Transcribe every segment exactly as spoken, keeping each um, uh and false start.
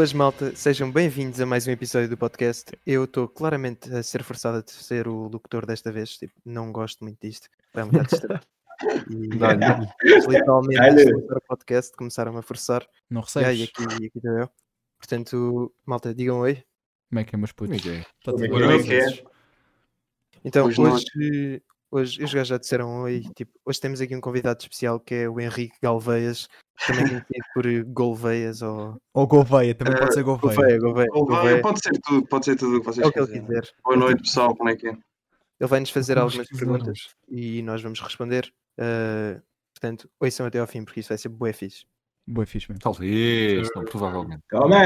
Boas, malta, sejam bem-vindos a mais um episódio do podcast. Eu estou claramente a ser forçado a ser o locutor desta vez, tipo, não gosto muito disto, é um bocado estranho. E eles literalmente, antes de começar o podcast, começaram a forçar. Não Yeah, e recebes? aqui, aqui estou eu. Portanto, malta, digam oi. Como é que é, meus putos? Como é que é? Tá Como é tudo que bem, é que é? vocês? Então, Pois não. hoje, hoje os gajos já disseram oi. Tipo, hoje temos aqui um convidado especial que é o Henrique Galveias, também conhecido por Golveias ou. Ou Gouveia, também Eh, pode ser Gouveia. Gouveia, Gouveia, Ou vai, Gouveia. pode ser tudo, pode ser tudo o que vocês É o que ele quiserem. quiser. Boa noite, pessoal, como é que é? Ele vai-nos fazer Como algumas quisermos. perguntas e nós vamos responder. Uh, portanto, ouçam até ao fim, porque isso vai ser bué fixe. Boa fixe mesmo. Talvez, não, provavelmente. Toma!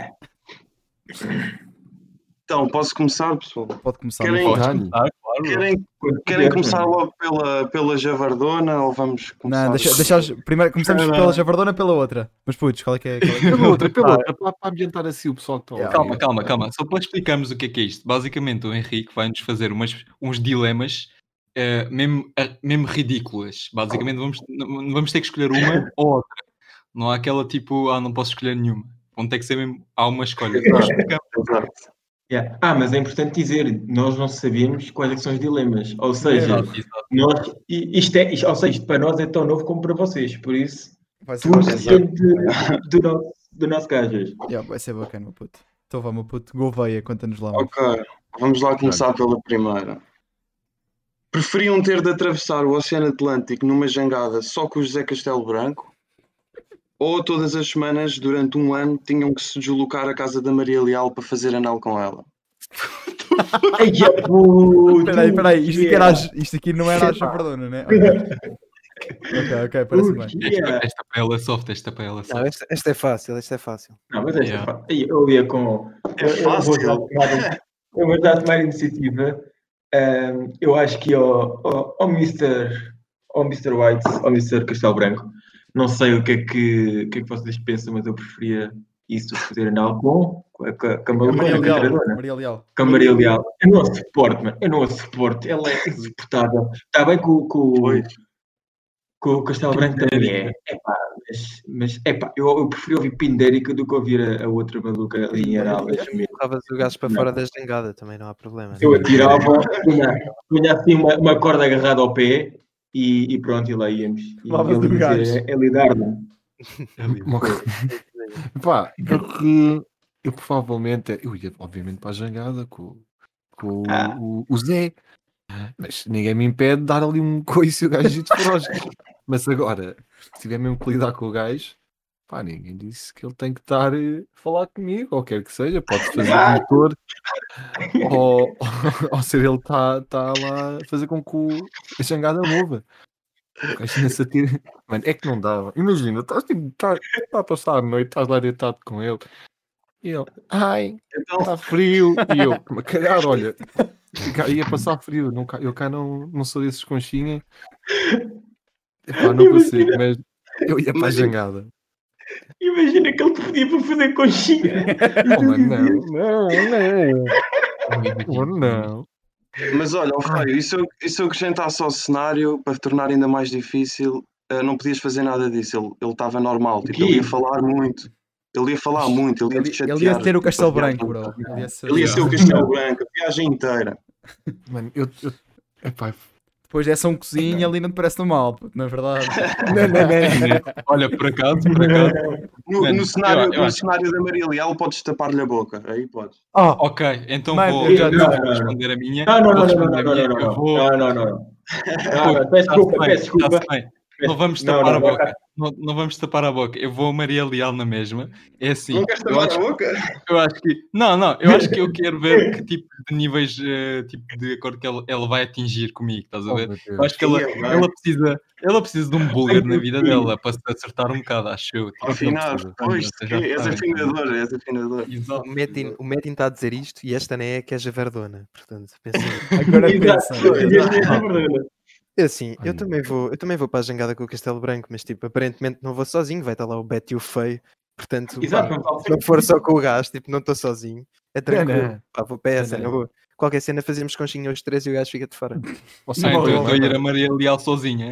Então, posso começar, pessoal? Pode começar. Querem- meu Dá-lhe. filho. Querem, querem começar logo pela, pela Javardona ou vamos começar? Não, deixa, deixa, as- primeiro começamos Não, não. pela Javardona pela outra. Mas putos, qual é que é? Qual é que é? Pela outra, pela outra, para, para ambientar assim o pessoal que está a ouvir. Calma, calma, calma. Só para explicarmos o que é que é isto. Basicamente, o Henrique vai-nos fazer umas, uns dilemas eh, mesmo, eh, mesmo ridículas. Basicamente, vamos, não- vamos ter que escolher uma ou outra. Não há aquela tipo, ah, não posso escolher nenhuma. Vão ter que ser mesmo, há uma escolha. Nós explicamos. Exato. Yeah. Ah, mas é importante dizer, nós não sabemos quais é que são os dilemas. Ou seja, Exato, exato. nós, i- isto é, isto, ou seja, isto para nós é tão novo como para vocês, por isso Vai ser tudo bacana. depende do nosso, do nosso gajo. Yeah, vai ser bacana, meu puto. Então vá, meu puto. Gouveia, conta-nos lá. Ok, vamos lá começar pela primeira. Preferiam ter de atravessar o Oceano Atlântico numa jangada só com o José Castelo Branco? Ou todas as semanas, durante um ano, tinham que se deslocar à casa da Maria Leal para fazer anal com ela? Ai, é puto! Espera aí, espera aí. Isto, aqui era Yeah. a- isto aqui não era a Javardona, né? Ok, ok, ok, parece bem. Puto, Esta, yeah. esta para ela é soft, esta para ela é soft. Não, esta, esta é fácil, esta é fácil. Não, mas esta Yeah. é fácil. Ai, eu ia com. É eu- eu vou fácil. já tomar- Eu vou já tomar iniciativa. Ahm, eu acho que ao, ao, ao mister ao mister White, ao mister Castelo Branco, não sei o que é que, o que, é que vocês pensam, mas eu preferia isso fazer anal com, com a, com a, com a Maria Maria Leal. Leal. Maria Leal. Com a Maria Leal. Eu não a suporto, mano. Eu não a suporto. Ela é insuportável. Está bem com, com, Pois. com o Castelo Branco também é. Epá, mas, mas epá, eu, eu prefiro ouvir Pindérica do que ouvir a, a outra maluca ali em anal. deixa-me ver. Levavas o gajo para Não. fora da jangada, também não há problema. Eu atirava, punha, punha assim uma, uma corda agarrada ao pé e, e pronto, e lá íamos. E Levavas ele do dizia, gajo. é, é lidar, não? Uma coisa- Pá, porque eu provavelmente, eu ia obviamente para a jangada com, com Ah. o, o Zé, mas ninguém me impede de dar ali um coice e o gajo de feroz. Mas agora, se tiver mesmo que lidar com o gajo, pá, ninguém disse que ele tem que estar eh, a falar comigo, ou quer que seja, pode fazer Ah. motor, ou, ou ser ele está tá lá a fazer com que o- a jangada mova. O gajo ainda se atira. Mano, é que não dava. Imagina, estás tipo, tá, tá a passar a noite, estás lá deitado com ele. E ele, ai, Então, está frio. E eu, me cagar, olha, cá ia passar frio. Não, cá- eu cá não, não sou desses conchinha. Epá, não consigo, mas eu ia para a jangada. Imagina que ele te pedia para fazer conchinha. Oh, mano, não, não, não. Oh, não. mas olha, ó, Feio, e se eu, e se eu acrescentasse ao cenário para tornar ainda mais difícil, eh, não podias fazer nada disso. Ele ele estava normal, tipo, quê? ele ia falar muito. Ele ia falar muito, ele ia Ele, te ele chatear. ia ter o Castelo tipo, a Branco, viagem bro. inteira. Ele ia ser- Ele ia ser o Castelo Branco, a viagem inteira. Mano, eu. eu epá, Depois dessa um cozinho ali não te parece tão mal, puto, na verdade. não, não, não. Olha, por acaso, por acaso. No, Mano, no cenário, eu- eu no acho- cenário da Maria Leal, podes tapar-lhe a boca. Aí podes. Oh, Ok, então Mano, vou, eu já- eu não, vou não, não. responder a minha. Não, não, vou não, não, não, responder não, a minha, não, eu não, vou- não, não, não, não. Não, não, peço Está-se desculpa, bem, peço desculpa. está-se bem. Não vamos Não, tapar não, a não, boca. Não, não vamos tapar a boca. Eu vou Maria Leal na mesma. É assim. Não queres eu tapar acho, a boca? eu acho que. Não, não. Eu acho que eu quero ver que tipo de níveis eh, tipo de acordo que ela, ela vai atingir comigo. Estás a Oh, ver? meu Eu Deus. acho que ela, Sim, vai. ela, precisa, ela precisa de um búlgar na vida dela para se acertar um bocado, acho eu. Tipo, Afinar, precisa. pois, Vocês já és sabem. afinador, és afinador. Exato. O Metin, o Metin está a dizer isto e esta nem é que é Javardona. Portanto, pensa. agora Exato, pensa. exato, é verdade. É assim, eu Ai. também, vou, eu também vou para a jangada com o Castelo Branco, mas tipo, aparentemente não vou sozinho, vai estar lá o Beto e o Feio. Portanto, Exato, pá, não falo se não for só com o gajo, tipo, não estou sozinho. É tranquilo. não. Pá, vou para essa, Não, não vou. Qualquer cena fazemos conchinha os três e o gajo fica de fora. Você Ah, não então eu vai- vou ir a Maria Leal sozinha.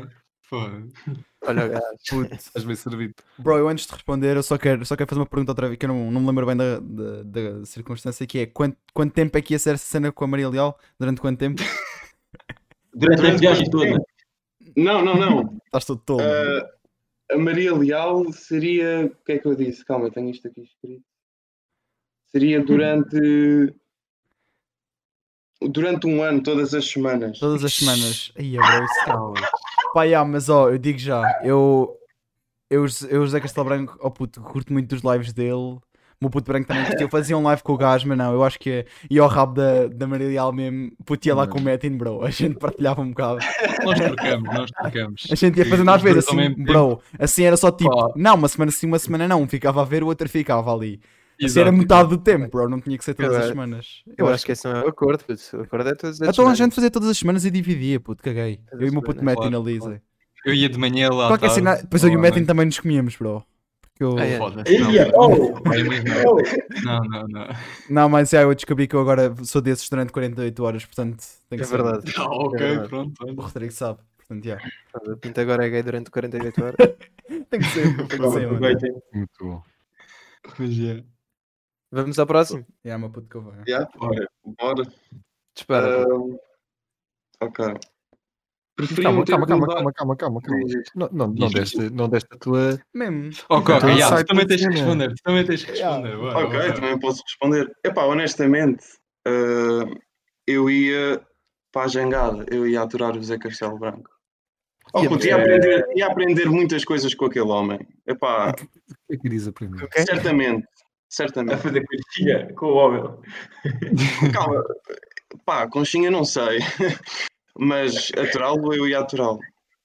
Foda. Olha o gajo. Puto. Estás bem servido. Bro, eu antes de responder, eu só quero, só quero fazer uma pergunta outra vez, que eu não, não me lembro bem da, da, da circunstância, que é quanto, quanto tempo é que ia ser essa cena com a Maria Leal? Durante quanto tempo? Durante a Durante viagem quanto toda. Não, não, não. Estás todo tolo. Ah, a Maria Leal seria. O que é que eu disse? Calma, eu tenho isto aqui escrito. Seria durante. Durante um ano, todas as semanas. Todas as semanas. Aí, bro, isso... Pá, yeah, mas ó, eu digo já, eu, eu, eu José Castelo Branco, oh puto, curto muito dos lives dele. O meu puto branco também curtiu. Eu fazia um live com o gajo, mas não, eu acho que é. E ao rabo da, da Maria Leal mesmo, puto, ia lá com o Metin, bro. A gente partilhava um bocado. Nós trocamos, nós trocamos. A gente ia fazendo às Os dois vezes ao assim, mesmo bro. Assim era só tipo, Pá. não, uma semana sim, uma semana não. Um ficava a ver, o outro ficava ali. Assim Exato, era metade exato. do tempo, bro. Não tinha que ser todas Eu as acho- semanas. Eu acho que esse não é o acordo, puto. O acordo é todas as Então a semanas. gente fazia todas as semanas e dividia, puto, caguei. Todas Eu e o meu as puto semanas, Metin claro, ali, claro. Zé. Eu ia de manhã lá à Qualquer tarde. cena, depois eu e o ou à Metin noite. também nos comíamos, bro. Porque eu... Ah, é. Foda-se, não, Ia, puto. oh, É mesmo. oh. Não, não, não. Não, mas já, eu descobri que eu agora sou desses durante quarenta e oito horas, portanto tem que É ser. verdade. Ah, ok, verdade. pronto. O olha. Rodrigo sabe, portanto, já. O Pinto agora é gay durante quarenta e oito horas. Tem que ser, tem que Calma, ser, mano. aproveitem. Muito bom. Mas é. Vamos ao próximo. É, meu puto que eu vou. Yeah? Bora. Bora. Dispara. Ah, ok. Preferiam Calma, ter calma, de calma, mudar- calma, calma, calma, calma. Diz, diz. Não, não, não, Diz, diz. deste, não deste a tua. Mesmo. Ok, Então, ok, yeah, sai tu também por tens que cima. responder. Tu também tens que responder. bora, Ok, bora. também posso responder. Epá, honestamente, ah, eu ia para a jangada, eu ia aturar o José Castelo Branco. Oh, Ia, puto, mas- ia, aprender, ia aprender muitas coisas com aquele homem. Epá, O que é que diz a primeira? Ok? certamente, A certamente. fazer coxinha com o homem. Calma, pá, conchinha não sei, mas aturá-lo eu ia aturá-lo.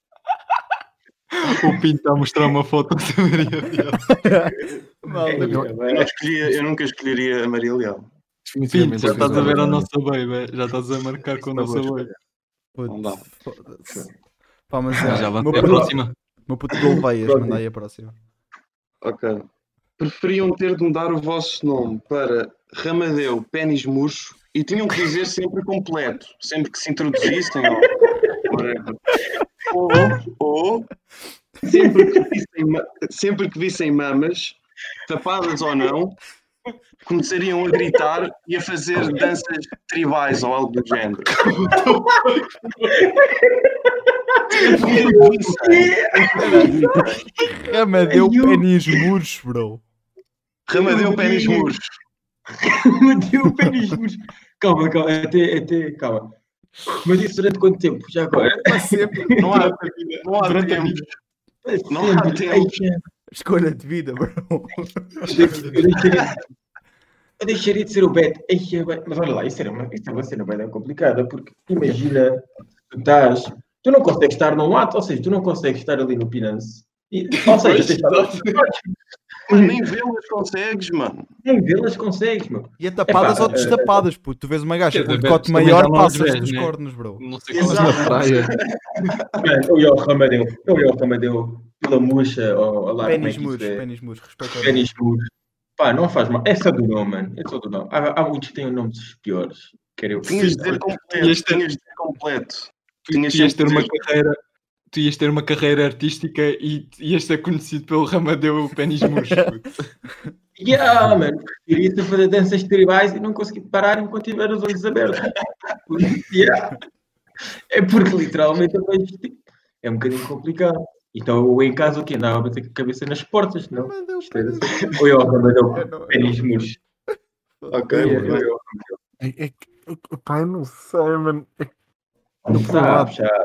O Pinto está a mostrar uma foto da Maria Leal. Maluco. Eu, não escolhia, eu nunca escolheria a Maria Leal. Pinto, Definitivamente já estás a ver a não. nossa baby. Já estás a marcar com a nossa baby. Puto, Não dá. foda-se. Pá, mas Já já. lá Meu a puto, próxima. meu puto Golveias, manda aí a próxima. Ok. Preferiam ter de mudar o vosso nome para Ramadeu Pénis Murcho e tinham que dizer sempre completo, sempre que se introduzissem ou whatever. Ou, ou sempre, que vissem, ma- sempre que vissem mamas, tapadas ou não, começariam a gritar e a fazer danças tribais ou algo do género. É, mas deu pênis muros, bro. Ramadeu Pénis Murcho. Meteu o pênis murcho. Calma, calma, até, até, calma. Mas isso durante quanto tempo? Já agora? Para sempre. Não há, não há Durante a tempo. vida. Não há Sempre. tempo. Ai, Escolha de vida, bro. Eu deixaria, eu deixaria de ser o Beto. Ai, é bem- Mas olha lá, isso, era uma, isso é uma cena bem complicada, porque imagina, tu estás, tu não consegues estar num ato, ou seja, tu não consegues estar ali no Pinance. E, ou seja, tens de estar- Mas nem vê-las consegues, mano. nem vê-las consegues, meu. E é tapadas Epá, ou destapadas, puto. Tu vês uma gaja Quer com um dizer, decote também maior, já não as passas vês, dos né? cornos, bro. Não sei como Exato. Na praia. Mano, eu ia ao Ramadeu, eu ia ao Ramadeu pela murcha, ou ou lá como é Pênis que muros, isso é. pênis muros. Respeita ao Pênis muros. Pá, não faz mal. É só do nome, mano. É só do nome. Há, há muitos que têm nomes piores. Quero eu. Tinhas de dizer completo. Tinhas de ter- Tinhas de dizer completo. Tu Tinhas tu ias ter sempre uma de dizer- carreira. Tu ias ter uma carreira artística e ias ser conhecido pelo Ramadeu Pénis Murcho. puto. Yeah, mano. Queria te fazer danças tribais e não consegui parar enquanto tiver os olhos abertos. Por isso, yeah. É porque literalmente eu vejo, tipo, é um bocadinho complicado. Então eu em casa o quê? Andava a bater com a cabeça nas portas, não? Mas deu Isto era pênis assim. Ou eu ao Ramadeu, Eu não- pênis murcho. Ok, Eu- muito bem. eu- É, é que, é- pá, eu não sei, mano. É que, eu- no Sabe, já.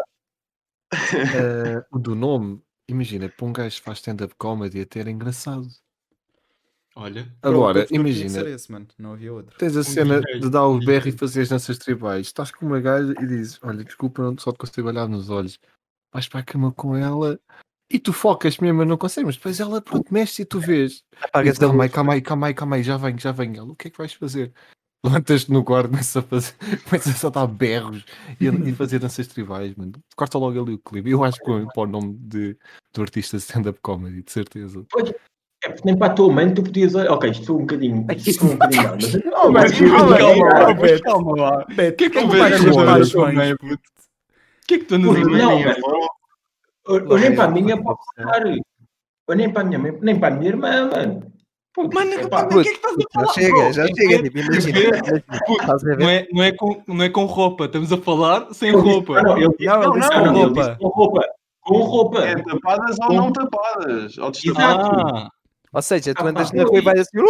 eh, o do nome, imagina, para um gajo que faz stand-up comedy até era engraçado. Olha. Agora, Pronto, tinha que ser imagina, esse, mano. Não havia outro. tens a cena DJ, de dar o um berro e D J. fazer as danças tribais. Estás com uma gaja e dizes: olha, desculpa, não só te consigo olhar nos olhos. Vais para a cama com ela e tu focas mesmo, não consegues, mas depois ela pronto, mexe e tu vês. E Apaga-se dá, da calma aí, luz. calma aí, calma aí, calma aí, já venho, já venho. Ela, o que é que vais fazer? Levantas-te no quarto, começas a fazer, começas a dar berros e, a- e fazer danças tribais, mano. Corta logo ali o clipe. Eu acho que vou pôr o nome de, do artista de stand-up comedy, de certeza. É porque nem para a tua mãe tu podias olhar. Ok, isto foi um bocadinho. Isto foi um bocadinho mal, mas. Oh, mas Calma, calma, calma, lá, Beto. Calma lá. Beto, que é que tu tu vais vais chamar chamar as a tua mães, mãe, puto? O que é que tu andas a Puto, dizer? não, Nem mas- avó, Ou, ou nem para a minha, pode falar. Ou nem para a minha mãe, nem para a minha irmã, mano. Puto, Mano, epá, o que é que estás a Já falar? chega, Bro, já é chega, ver- tipo, imagina. é ver- imagina, Puto, estás a ver? Não é, não, é com, não é com roupa, estamos a falar sem ele disse- roupa. ah, não, ele disse, Não, ele não, disse não, com não, ele roupa. disse com roupa. Com roupa. É tapadas ou não tapadas? Ou destapadas. Exato. Ah, Ou seja, tu Ah, andas pá, na rua e ui. vais assim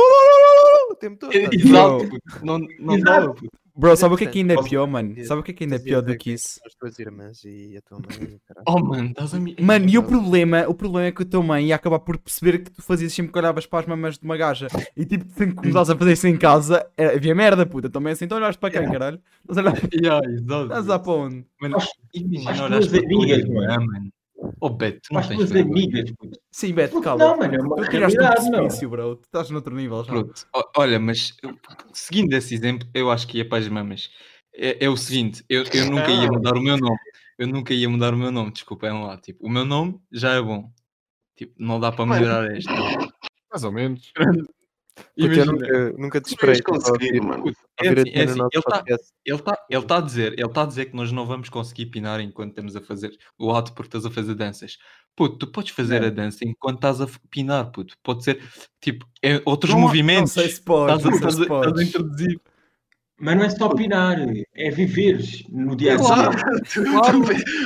o tempo todo. estás a ver? exato, puto. Não, não Exato. dá, puto. Bro, sabe o que é que ainda é Posso- pior, mano? Sabe o que é que ainda é pior do que isso? As tuas irmãs e a tua mãe. caralho. Oh, mano, estás a me. Mano, e o problema, o problema é que a tua mãe ia acabar por perceber que tu fazias sempre que olhavas para as mamas de uma gaja. E tipo, sempre que começavas a fazer isso em casa, era- havia merda, puta. Também assim, então olhaste para quem, caralho? Estás a olhar Yeah, exato. estás a para onde? Mano, As- imagina as olhas tuas para a tua amigas, irmã, mano. mano. Oh, Beto, tu não As tens tuas vergonha. amigas, puto. Sim, Beto, Puto, calma. não, mano, é uma Tu tiraste um realidade, não. precipício, bro. Tu estás noutro nível já. Pronto, o- olha, mas eu- seguindo esse exemplo, eu acho que ia para as mamas. É, é o seguinte, eu, eu nunca ia mudar o meu nome. Eu nunca ia mudar o meu nome, desculpem lá. Tipo, o meu nome já é bom. Tipo, não dá para melhorar este. Mais ou menos. Puta, eu Imagina, nunca, nunca te Tu esperei. ias conseguir, tipo, a mano. ouvir- é ouvir a assim, dizer é no assim, nosso ele tá- podcast. ele está ele tá a dizer, ele tá a dizer que nós não vamos conseguir pinar enquanto estamos a fazer o ato porque estás a fazer danças. Puto, tu podes fazer Não. a dança enquanto estás a f- pinar, puto. Pode ser, tipo, é outros Não- movimentos. Não sei se podes, Estás a, não sei estás se a- estás a podes. introduzir. Mas não é só opinar, é viveres no dia a dia. Exato. Claro.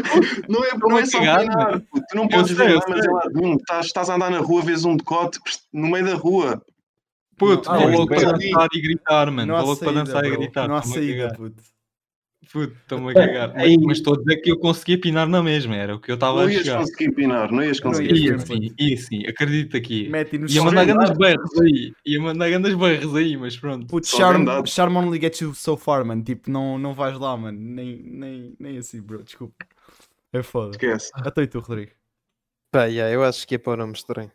Não é, não Estou-me é a só cagar, opinar. mano. puto. Tu não Eu podes sei, ver eu mamas sei. em lado nenhum. Estás, estás a andar na rua, vês um decote pss, no meio da rua. Puto, Ah, vou mas logo bem para ali. dançar e gritar, mano. Não Vou há logo para saída, dançar e bro. gritar. Não há Estou-me a saída, cagar. puto. Puto, estou-me a cagar. Mas, Aí- mas estou a dizer que eu conseguia pinar na mesma, era o que eu estava Não a ias chegar. conseguir pinar, não ias Não conseguir. ia. Ia puto. sim, ia sim, acredito aqui. Mete no Ia mandar Só grandes vendado. berros aí. Ia mandar grandes berros aí, mas pronto. Puto, Só charm, vendado. charm only gets you so far, mano. Tipo, não, não vais lá, mano. Nem, nem, nem assim, bro. Desculpa. É foda. Esquece. Até e tu, Rodrigo. Pá, yeah, eu acho que é para o nome estranho.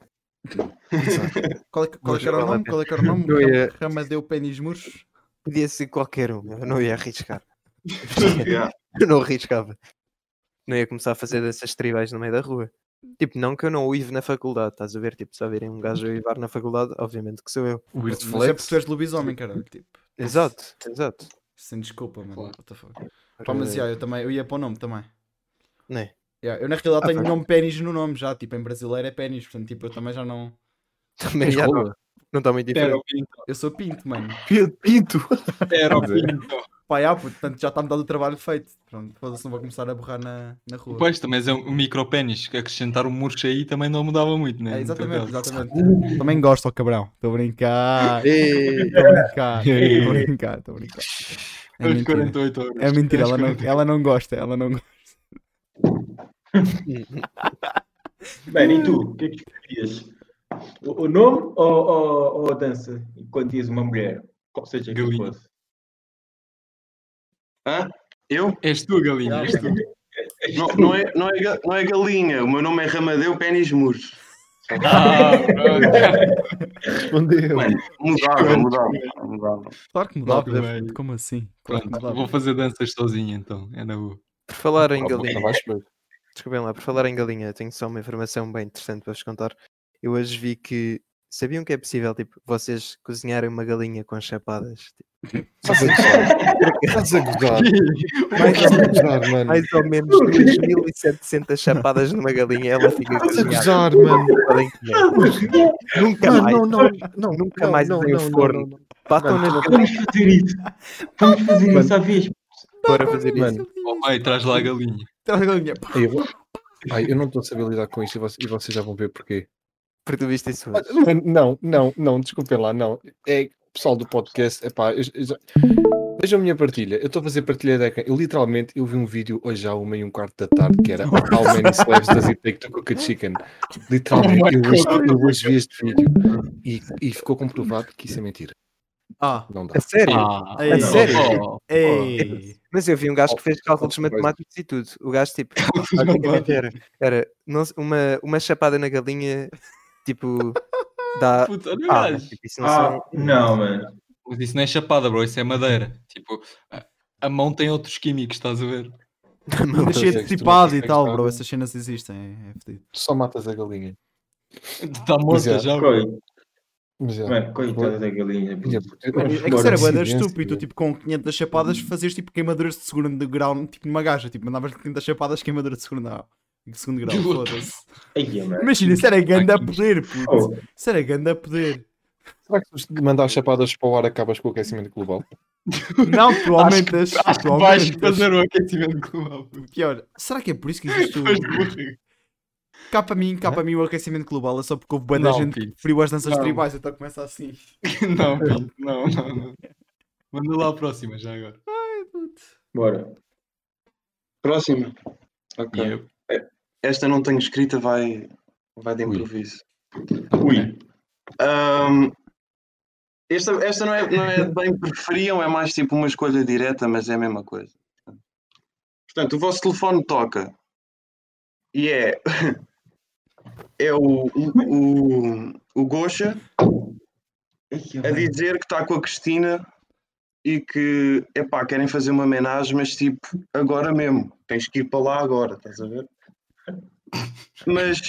Qual é, que- qual é que era o Vou nome? já Qual é que era o nome? Eu ia- Ramadeu Pênis Murros? Podia ser qualquer um, eu não ia arriscar. Yeah. Eu não arriscava. Não ia começar a fazer danças tribais no meio da rua. Tipo, não que eu não uive na faculdade, estás a ver? Tipo, se há virem um gajo a uivar na faculdade, obviamente que sou eu. Weird Mas é porque flex. tu és lobisomem, caralho. Tipo, Exato, exato. sem desculpa, mano. Claro. What the fuck. Pá, mas yeah, eu também, eu ia para o nome também. Não é? Yeah, eu na realidade Ah, tenho o tá. nome Pênis no nome já, tipo, em brasileiro é Pênis, portanto, tipo, eu também já não. Também Tens já não rola? não está muito Era diferente. o pinto. Eu sou Pinto, mano. Pinto. Era o Quer dizer, pinto. Pá, yeah, portanto, já está-me dado o trabalho feito. Pronto, foda-se, não vou começar a borrar na, na rua. Pois, também é um micropénis, que acrescentar um murcho aí também não mudava muito, né? É, no teu exatamente, caso. exatamente. Também gosto, ó cabrão. Estou a brincar. Ei, Estou a brincar. Estou a brincar, estou a brincar. É Aos mentira. quarenta e oito horas. É mentira, Aos ela não, quarenta e oito. ela não gosta, ela não gosta. Bem, e tu? O que é que escolhias? O, o nome ou, ou, ou a dança? Enquanto ias uma mulher? Qual seja que Galinha. fosse. Hã? Eu? És tu, galinha, és tu. Não, não, é, não, é, ga- não é galinha. O meu nome é Ramadeu Pênis Muros. Ah, pronto. Respondeu. Mano, mudava, mudava. mudava. Claro que mudava. Muito bem. Como assim? Claro que Pronto, mudava. vou fazer danças sozinho então, é na rua. por falar em Não galinha, vais ver. desculpem lá, por falar em galinha, tenho só uma informação bem interessante para vos contar. Eu hoje vi que sabiam que é possível, tipo, vocês cozinharem uma galinha com chapadas. Tipo, Estás a gozar. Estás a gozar. mais, Estás a gozar, mano. mais ou menos duas mil e setecentas chapadas numa galinha, ela fica Estás a cozinhada. gozar, mano. Podem comer. Nunca Não, mais. não, não, não. Nunca não, mais não, usei o não, forno. não, não. Batam Mano, nas Vamos fazer isso. Vamos fazer Mano. isso à vez. para fazer isso. Mano, Oh pai, traz lá a galinha. Traz a galinha. Ai, eu, vou- ai, eu não estou a saber lidar com isto e vocês, e vocês já vão ver porquê. Porque tu viste isso Ah, hoje. Mano, não, não, não, desculpem lá, não. É pessoal do podcast, epá, eu, eu já... Vejam a minha partilha, eu estou a fazer partilha da eu literalmente eu vi um vídeo hoje à uma e um quarto da tarde que era How many slabs does it take to cook a chicken? Literalmente, eu hoje, eu hoje vi este vídeo e, e ficou comprovado que isso é mentira. Ah, Não dá. A sério? Ah, Ei, sério? oh, ei. Mas eu vi um gajo que fez cálculos Oh, matemáticos e tudo. O gajo, tipo, basicamente era, era não se- uma, uma chapada na galinha, tipo, dá. puta, olha o Ah, mas, gajo. tipo, isso não Ah, são. não, mano. Mas isso não é chapada, bro, isso é madeira. Tipo, a, a mão tem outros químicos, estás a ver? Ainda cheio de consegues, tu não tripado e consegues tal, nada. bro. Essas cenas existem. É, é fedido. Tu só matas a galinha. Está morta é. já, bro. Coi- Mas, já, Mano, coitada da galinha. Olha, puto. porque- Mano, é que Agora, isso era bué da incidência, estúpido. Tu, tipo, com quinhentas chapadas fazias tipo queimaduras de segundo grau, tipo numa gaja. Tipo, mandavas quinhentas chapadas, queimadura de segundo grau. Segundo grau, foda-se. Ai, mano. Imagina, isso era ganda Aqui. poder, puto. Oh, Isso era ganda poder. Será que se mandar chapadas para o ar acabas com o aquecimento global? Não, tu aumentas. Acho tu que vais aumentas. fazer o aquecimento global. Pior, será que é por isso que existe o... Vais morrer. Cá para mim, cá para mim o aquecimento global é só porque houve bué da Não, gente filho. que preferiu as danças Não. tribais, então começa assim. Não, filho. Não, não, não. Manda lá a próxima já agora. bora. Próxima. Ok. Yep. Esta não tenho escrita, vai, vai de Ui. improviso. Ui. Ahm, esta esta não, é, não é bem preferiam, é mais tipo uma escolha direta, mas é a mesma coisa. Portanto, o vosso telefone toca e é, é o, o, o Gosha a dizer que está com a Cristina e que, epá, querem fazer uma homenagem, mas tipo, agora mesmo, tens que ir para lá agora, estás a ver? Mas,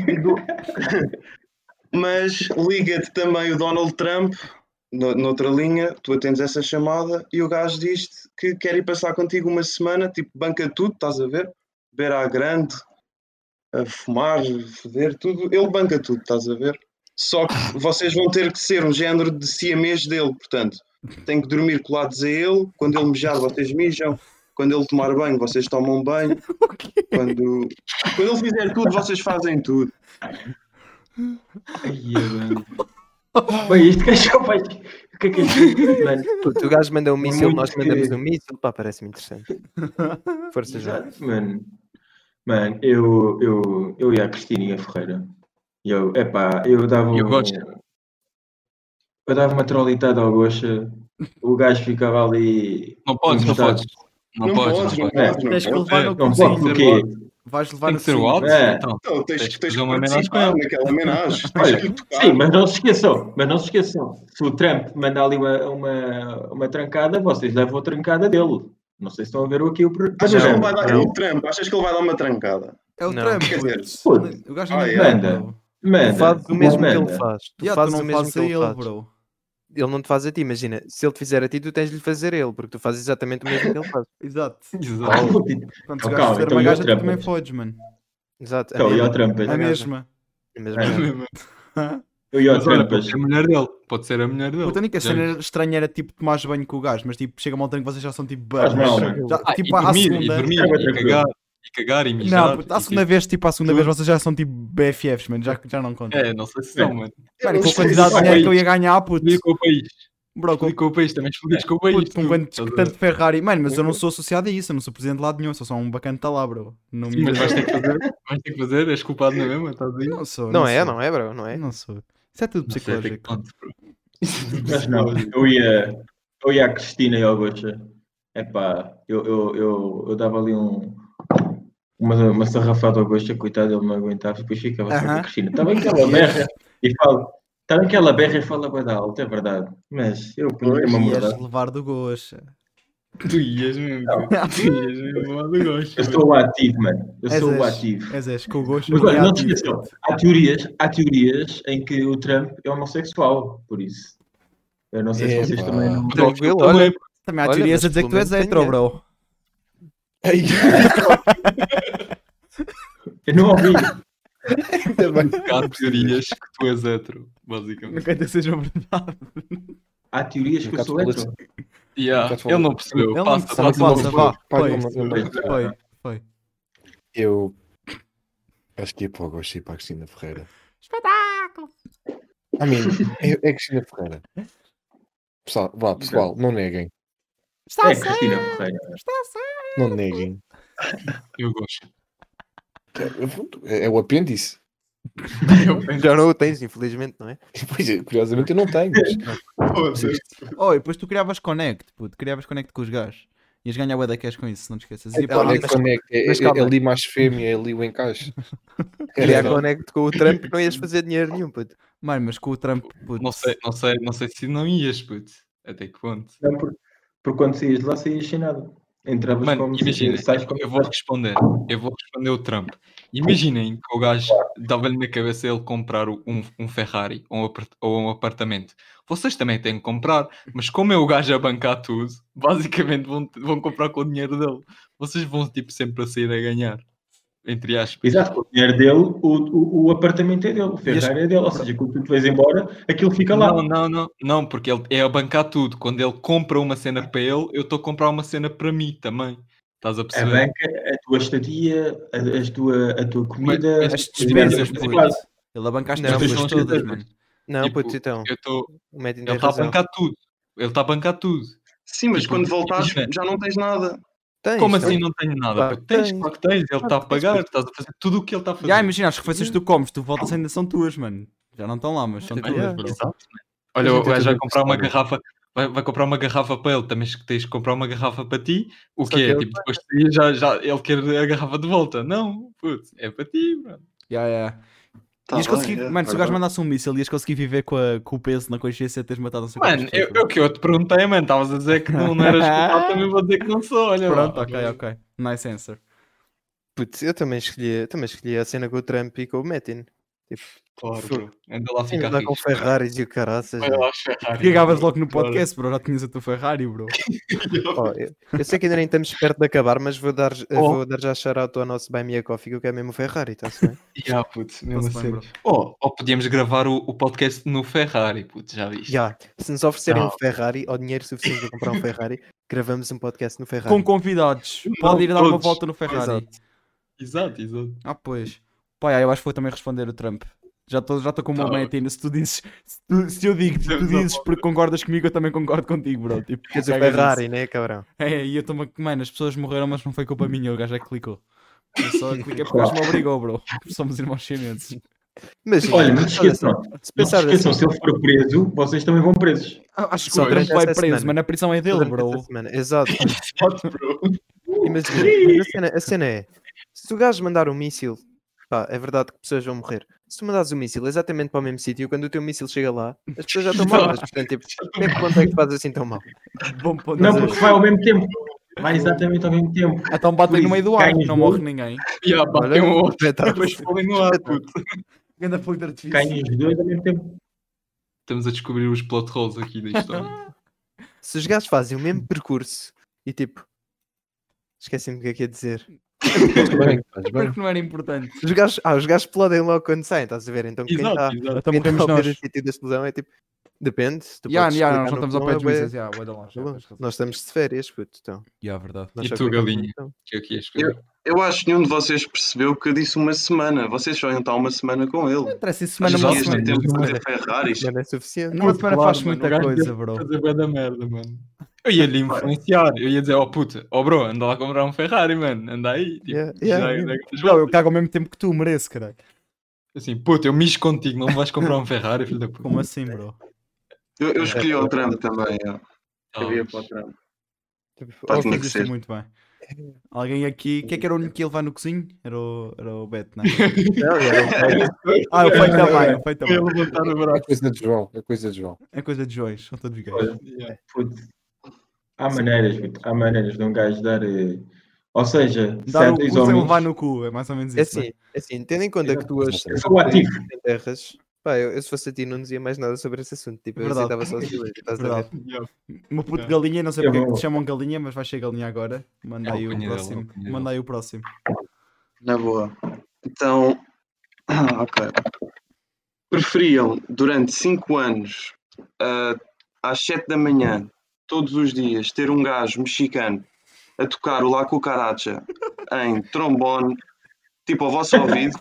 mas liga-te também o Donald Trump, no, noutra linha, tu atendes essa chamada e o gajo diz-te que quer ir passar contigo uma semana, tipo, banca tudo, estás a ver? Beber à grande, a fumar, a foder, tudo, ele banca tudo, estás a ver? Só que vocês vão ter que ser um género de siamês dele, portanto, têm que dormir colados a ele, quando ele mijar vocês mijam, quando ele tomar banho vocês tomam banho, quando, quando ele fizer tudo vocês fazem tudo. Ai, mano. Bem, isto que é pai. O que é que é isto, mano? Puto, o gajo manda um míssil, muito nós que- mandamos um míssil, pá, parece-me interessante. Força já. Exato, mano. Mano, eu, eu, eu ia a Cristininha Ferreira. E eu, epá, eu dava E o um- Gosha? Eu dava uma trolitada ao Gosha, o gajo ficava ali. Não podes, não encostado. podes. Não, Não podes, podes, não não podes. podes, não Tens que podes. levar no Não pode, cozinho. porquê? Vais levar Tem no que ser o cozinho. alto? É. Então, Então, tens, Tens que tens fazer que uma homenagem participar com ele. naquela homenagem. Tens Olha, que ir tocar. sim, mas não se esqueçam, mas não se esqueçam. Se o Trump manda ali uma, uma, uma trancada, vocês levam a trancada dele. Não sei se estão a ver aqui o pro- Achas que ele panorama. vai dar Não. o Trump? Achas que ele vai dar uma trancada? É o Não. Trump, Quer dizer, puto. puto. O gajo Ah, não é? Manda. bro. Manda. Tu fazes o mesmo que ele manda. faz. Tu Yeah, tu fazes não o mesmo fazes que a ele ele, faz. bro. Ele não te faz a ti, imagina. Se ele te fizer a ti, tu tens de lhe fazer a ele, porque tu fazes exatamente o mesmo que ele faz. Exato. Exato. Ah, Quando Então, se calma, gajo fizer então uma e o gaja, tu Trump? também fodes, mano. Exato. Então, e mesma- ao Trump? A gaja. mesma. A mesma É gaja. mesmo. Eu e ao Mas olha, Trump. pode ser a mulher dele. Pode ser a mulher dele. Puta, a única Já cena viste? estranha era tipo tomar banho com o gajo, mas tipo, chega uma altura em que vocês já são tipo Faz mal, buggers. mano. Já, Ah, tipo, e à dormir, segunda. e dormir, É, e tranquilo. cagar, e cagar, e mijar. Não, puto, à e segunda tipo- vez, tipo, à segunda vez tudo. vocês já são tipo B F Fs, mano. Já, já não conta. É, não sei se são, mano. Eu Mano, não com a sei quantidade de se- dinheiro que eu ia ganhar, puto. Feliz com o país. Bro, com, Feliz com o país, também feliz com o país. puto, com tu. quanto Estás a ver? tanto Ferrari. Mano, mas eu não sou associado a isso, eu não sou presidente de lado nenhum, sou só um bacana que está lá, bro. Não Sim, me... mas vais ter que fazer. Vais ter que fazer, és culpado na mesma, estás aí. Não sou. Não é, sou. não é, bro, não é? Não sou. Isso é tudo Não sei até que psicológico. ponto, bro. Mas não, eu ia, eu ia à Cristina e ao Gosha. Epá, eu, eu, eu, eu dava ali um, uma, uma sarrafada ao Gosha, coitado, ele não aguentava, depois ficava só com Aham. a Cristina. Está bem que ela berra e fala, está bem que ela berra e fala bem alto, é verdade. Mas eu punha uma Ias mordada. levar do Gosha. Tu ias mesmo. Tu ias mesmo lá do gosto. Eu sou o ativo, mano. Eu És, sou o és. ativo. És, és, com o Gosha. Mas olha, é não te ativo. esqueçam, há teorias, há teorias em que o Trump é homossexual, por isso. Eu não sei se vocês Epá. também não. Tranquilo, Também, olha. Também há Olha, teorias mas a dizer que tu pelo és menos hetero, tem bro. Ai, Eu não ouvi. ainda bem. há teorias que tu és hetero, basicamente. Não quer dizer que seja verdade. Há teorias que eu sou Nunca hetero. Yeah, Nunca te ele falei. não percebeu. Ele não Passa, percebeu, passa, passa, passa. vá. Pai, Foi, como assim? foi, foi. Eu acho que ia para o Gosha e para a Cristina Ferreira. Espetáculo! A mim, é, é Cristina Ferreira. Pessoal, vá, pessoal, não neguem. Está É Cristina Ferreira. Não neguem. Eu gosto. É, é o apêndice. Já não o tens, infelizmente, não é? Pois é, curiosamente eu não tenho. Mas... Oh, e depois tu criavas Connect, puto. Criavas Connect com os gajos. Ias ganhar bué da cash com isso, não te esqueças. E, É, pá, Olha, mas- que conecta. É, mas é, calma. é ali mais fêmea, é ali o encaixe. Criar É, conecto com o Trump, não ias fazer dinheiro nenhum, puto. Mano, mas com o Trump, puto. Não sei, não sei, não sei se não ias, puto. Até que ponto. Não, por, por quando saías de lá, saías sem nada. Entravas Mano, como imagina, sais como eu vou responder. Eu vou responder o Trump. Imaginem que o gajo dava-lhe na cabeça ele comprar um, um Ferrari ou um, apart- ou um apartamento. Vocês também têm que comprar, mas como é o gajo a bancar tudo, basicamente vão, vão comprar com o dinheiro dele. Vocês vão tipo sempre a sair a ganhar. entre aspas. Exato, com o dinheiro dele, o, o, o apartamento é dele, o Ferrari é dele. Ou seja, quando tu te vais embora, aquilo fica lá. Não, não, não, não, porque ele é a bancar tudo. Quando ele compra uma cena para ele, eu estou a comprar uma cena para mim também. Estás a A perceber? banca, a tua estadia, a, as tua, a tua comida, Mas- As mas- despesas, mas- puto. mas- Ele abanca as Não, despesas mas- todas, mas- mano. Não, Tipo, putz, então. eu tô, O Metin ele tem está a razão. bancar tudo. Ele está a bancar tudo. Sim, mas Tipo, quando voltares imagina. já não tens nada. Tens, Como tens. assim não tenho nada? Claro Pô, que tens, tens. claro que tens. Ele Claro está a que tens, pagar, puto. estás a fazer tudo o que ele está a fazer. Já, imagina, as refeições que tu comes, tu voltas ainda são tuas, mano. Já não estão lá, mas são Yeah. tuas, bro. Exato, né? Olha, A o gente é gajo vai tudo comprar uma necessário. garrafa, vai, vai comprar uma garrafa para ele, também tens que comprar uma garrafa para ti. O Só quê? que ele Tipo, depois de sair, já, já ele quer a garrafa de volta. Não, putz, é para ti, mano. Ya, ya. Tá Ias bem, conseguir, é, mano, se o verdade. gajo mandasse um míssil, ias conseguir viver com, a- com o peso na consciência de teres matado não sei quantas Mano, pessoas, eu, eu que eu te perguntei, mano, estavas a dizer que não, não eras culpado, também vou dizer que não sou. Olha lá. Pronto, ok, ok. Nice answer. Putz, eu também escolhi, também escolhi a cena com o Trump e com o Metin. Tipo, Claro, Foi. bro. Anda lá sim, ficar lá com rico. Ferraris e o caraças. Olha né? lá os Ferrari. Pegavas bro. logo no Bora. podcast, bro. Já tinhas a tua Ferrari, bro. Ó, eu, eu sei que ainda nem estamos perto de acabar, mas vou dar, Oh. vou dar já shout-out ao nosso Buy Me a Coffee, que eu quero mesmo o Ferrari, está-se bem? Ya, putz, mesmo Tá-se bem, a sério. Oh, ou podíamos gravar o, o podcast no Ferrari, putz, já viste? Já, se nos oferecerem Não. um Ferrari, ou dinheiro suficiente para comprar um Ferrari, gravamos um podcast no Ferrari. Com convidados. Pode ir dar uma todos. volta no Ferrari. Exato. Exato, exato. Ah, pois. Pá, já, eu acho que vou também responder o Trump. Já estou já tô com o meu Tá. Metin. Se tu dizes, se, tu- se eu digo, se tu Temos a dizes volta. porque concordas comigo, eu também concordo contigo, bro. Tipo, Queres o caga nisso. Ferrari, né, cabrão? É, e eu estou mano, as pessoas morreram, mas não foi culpa minha, o gajo é que clicou. Eu só cliquei porque o gajo me obrigou, bro. Somos irmãos chineses. Mas, Olha, não olha se assim, esqueçam, se não se pensar esqueçam, assim, se ele for preso, vocês também vão presos. Ah, Acho que Só o Trump durante vai essa preso, semana. mas a prisão é dele, durante bro. esta semana. Exato. Exato, bro. Imagina, mas a cena, a cena é, se o gajo mandar um míssil, pá, é verdade que pessoas vão morrer. Se tu mandares um míssil exatamente para o mesmo sítio, quando o teu míssil chega lá, as pessoas já estão mortas. Portanto, tipo, até que ponto é que faz assim tão mal? Bom ponto. Não, Mas- porque vai ao mesmo tempo. Vai exatamente ao mesmo tempo. Então batem no meio do ar, Ganhas não dois. morre ninguém. Ya, bateu um outro. espetáculo. Depois falem no ar, puto. Ganda fogo de artifício. Ganham os dois ao mesmo tempo. Estamos a descobrir os plot holes aqui da história. Se os gajos fazem o mesmo percurso e tipo, esqueci-me do que é que ia dizer. Estás bem, estás bem. Porque não era importante. Os gajos, ah, os gajos explodem logo quando saem, estás a ver? Então quem está Exato, exato. Então quem tá morremos a ver nós. o sítio da explosão é tipo, depende. Tu Ya, podes ya, clicar nós não no estamos ao botão, pé dos é bué- mísseis. Ya, bué da longe, ya, longe. tens razão. Nós estamos de férias, puto. Então, Ya, verdade. nós E só tu, clicamos no galinha? botão. Que é que ias escolher? Eu acho que nenhum de vocês percebeu que eu disse uma semana. Vocês só iam estar uma semana com ele. Interessa, isso semana Mas uma dias de semana. tempo de Mas- fazer Ferraris. Mas não é suficiente. Numa semana Claro, faz mano, muita o gajo coisa, deve bro. Fazer bué da merda, mano. Eu ia-lhe influenciar, eu ia dizer, oh puta, oh bro, anda lá comprar um Ferrari, mano, anda aí. Tipo, Yeah, yeah, já- yeah. já- Bro, eu cago ao mesmo tempo que tu, mereço, caralho. Assim, puta, eu mijo contigo, não me vais comprar um Ferrari, filho da puta. Como assim, bro? Eu, eu escolhi o Trump também. é. Ah, Eu ia para o Trump. Tipo, Pá, oh, tinha que Fizeste ser. muito bem. Alguém aqui. Quem é que era o único que ia levar no cozinho? Era o, era o Beto, não é? não, era o- Ah, o feito também, o feito Eu ia também. levantar o É braço. coisa de João, é coisa de João. É coisa de Joões, são todos gays. Olha, Yeah. putz, há maneiras, puto, há maneiras de um gajo dar. eh, Ou seja, Dar o cu certos sem homens. levar no cu, é mais ou menos É isso. assim, é assim, tendo em conta que tu hoje Eu sou ativo. em terras, pá, eu, eu se fosse a ti não dizia mais nada sobre esse assunto. Tipo, eu Verdade. aceitava só os silêncios, estás a ver? Verdade. Yeah. Uma puta Yeah. galinha, não sei Eu porque é que vou- te chamam galinha, mas vai ser galinha agora. Manda É aí o o cunha dele, próximo. é o cunha Manda aí o próximo. Na boa. Então, ok. Preferiam durante cinco anos, ah, às sete da manhã, todos os dias, ter um gajo mexicano a tocar o La Cucaracha em trombone, tipo ao vosso ouvido,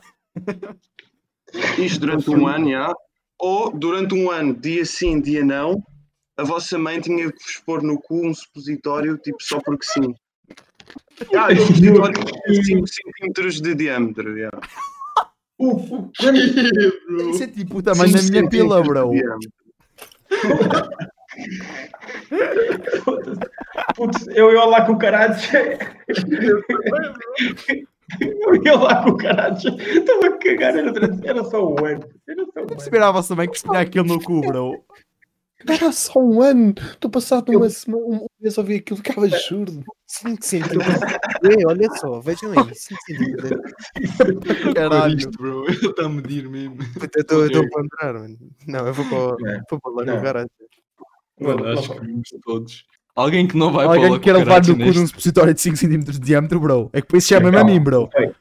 isto durante um ano, já, ou durante um ano, dia sim, dia não, a vossa mãe tinha que vos pôr no cu um supositório, tipo só porque sim. Ah, um supositório de cinco centímetros de diâmetro, já. Uh, uh, quando- Isso é tipo o tamanho da cinco minha pila, centímetros bro. de diâmetro. Putz, eu ia lá com o caralho. Eu ia lá com o caralho. Estava a cagar, era, era só um ano. Era só um ano. Perceber a vossa mãe que tinha aquilo no cu, bro. Era só um ano. Estou passado uma semana, um mês a ouvir aquilo, ficava surdo. cinco centímetros. Ei, olha só, vejam aí, cinco centímetros. Caralho. Isto, bro, ele está a medir mesmo. Puta, eu estou eu estou a ponderar, mano. Não, eu vou para, o- Não. vou para lá Não. no garagem. Mano, Não, acho não. que vimos todos. Alguém que não vai Alguém para que queira levar no cu neste... num supositório de cinco centímetros de diâmetro, bro. É que por isso chama-me a mim, bro. Ok.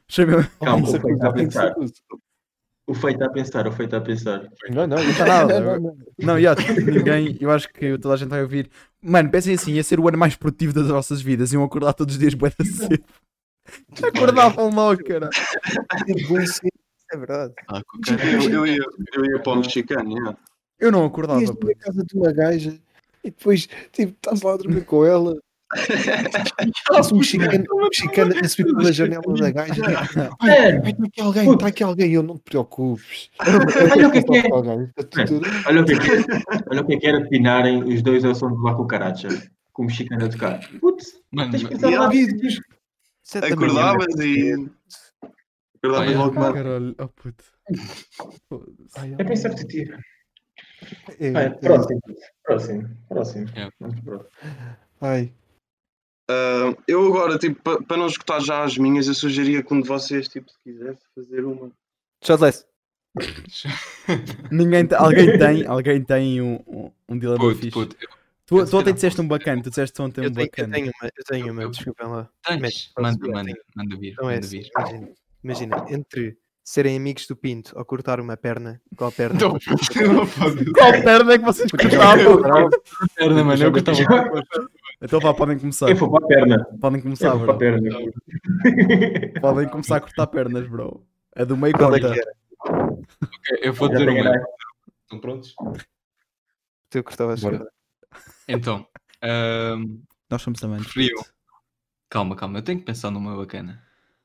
Chamei... Calma, Isso o feito está a tem que ser pensar. isso. O feito está a pensar, o feito está a pensar. Não, não, Não está nada. não, não. Não, já, ninguém, eu acho que toda a gente vai ouvir. Mano, pensem assim, ia ser o ano mais produtivo das nossas vidas. Iam acordar todos os dias bué da cedo. Acordavam logo, cara. É bom sim, é verdade. Ah, com o cara. Eu, eu ia, eu ia para o mexicano, yeah. Eu não acordava. Ias Puto. na casa de uma gaja e depois tipo, estás lá a dormir com ela. Estás um mexicano, um mexicano a subir pela janela da gaja. Ai, ai, está aqui alguém, está aqui alguém. Eu não te preocupes. Olha o que é que é. Alguém, está tudo- Olha o que é que é. Olha o que é que era pinarem os dois ao som de lá com o Caracha, com o mexicano a tocar. Putz, Mano, tens que mas- pensar lá. Vidros. Sete da manhã. Acordavas e. Acordavas Olha. logo mais. Caralho, oh puto. Foda-se. Ai, É pensar positivo. é, Vai, é, próximo, próximo, próximo. É. Vamos para o próximo. ai. Ah, eu agora, tipo, para não escutar já as minhas, eu sugeria que um de vocês, tipo, se quisesse fazer uma. Shotless. Ninguém te- alguém tem, alguém tem um, um, um dilema Puto, fixe. puto. Tu, eu tu ontem se disseste calhar um bacana, tu disseste ontem Eu um tenho, eu bacana. tenho uma, eu tenho uma, Eu- desculpem lá. Tens? Mete, Manda, posso- manda, tenho. manda vir, Então é manda assim, vir. imagina, imagina, entre serem amigos do Pinto ou cortar uma perna, qual perna? Não, não pode. Qual perna é que vocês cortavam? Perna, mano, eu gostava. Então vá, podem começar. Eu vou para a perna. Podem Eu começar, vou para a bro. perna. Podem começar a cortar pernas, bro. A do meio Qual é conta. que era? Ok, eu vou Já dizer tenho uma. ideia. Estão prontos? Tu cortavas. Bora. Então, ahm, Nós somos amantes. Frio. calma, calma, eu tenho que pensar numa bacana.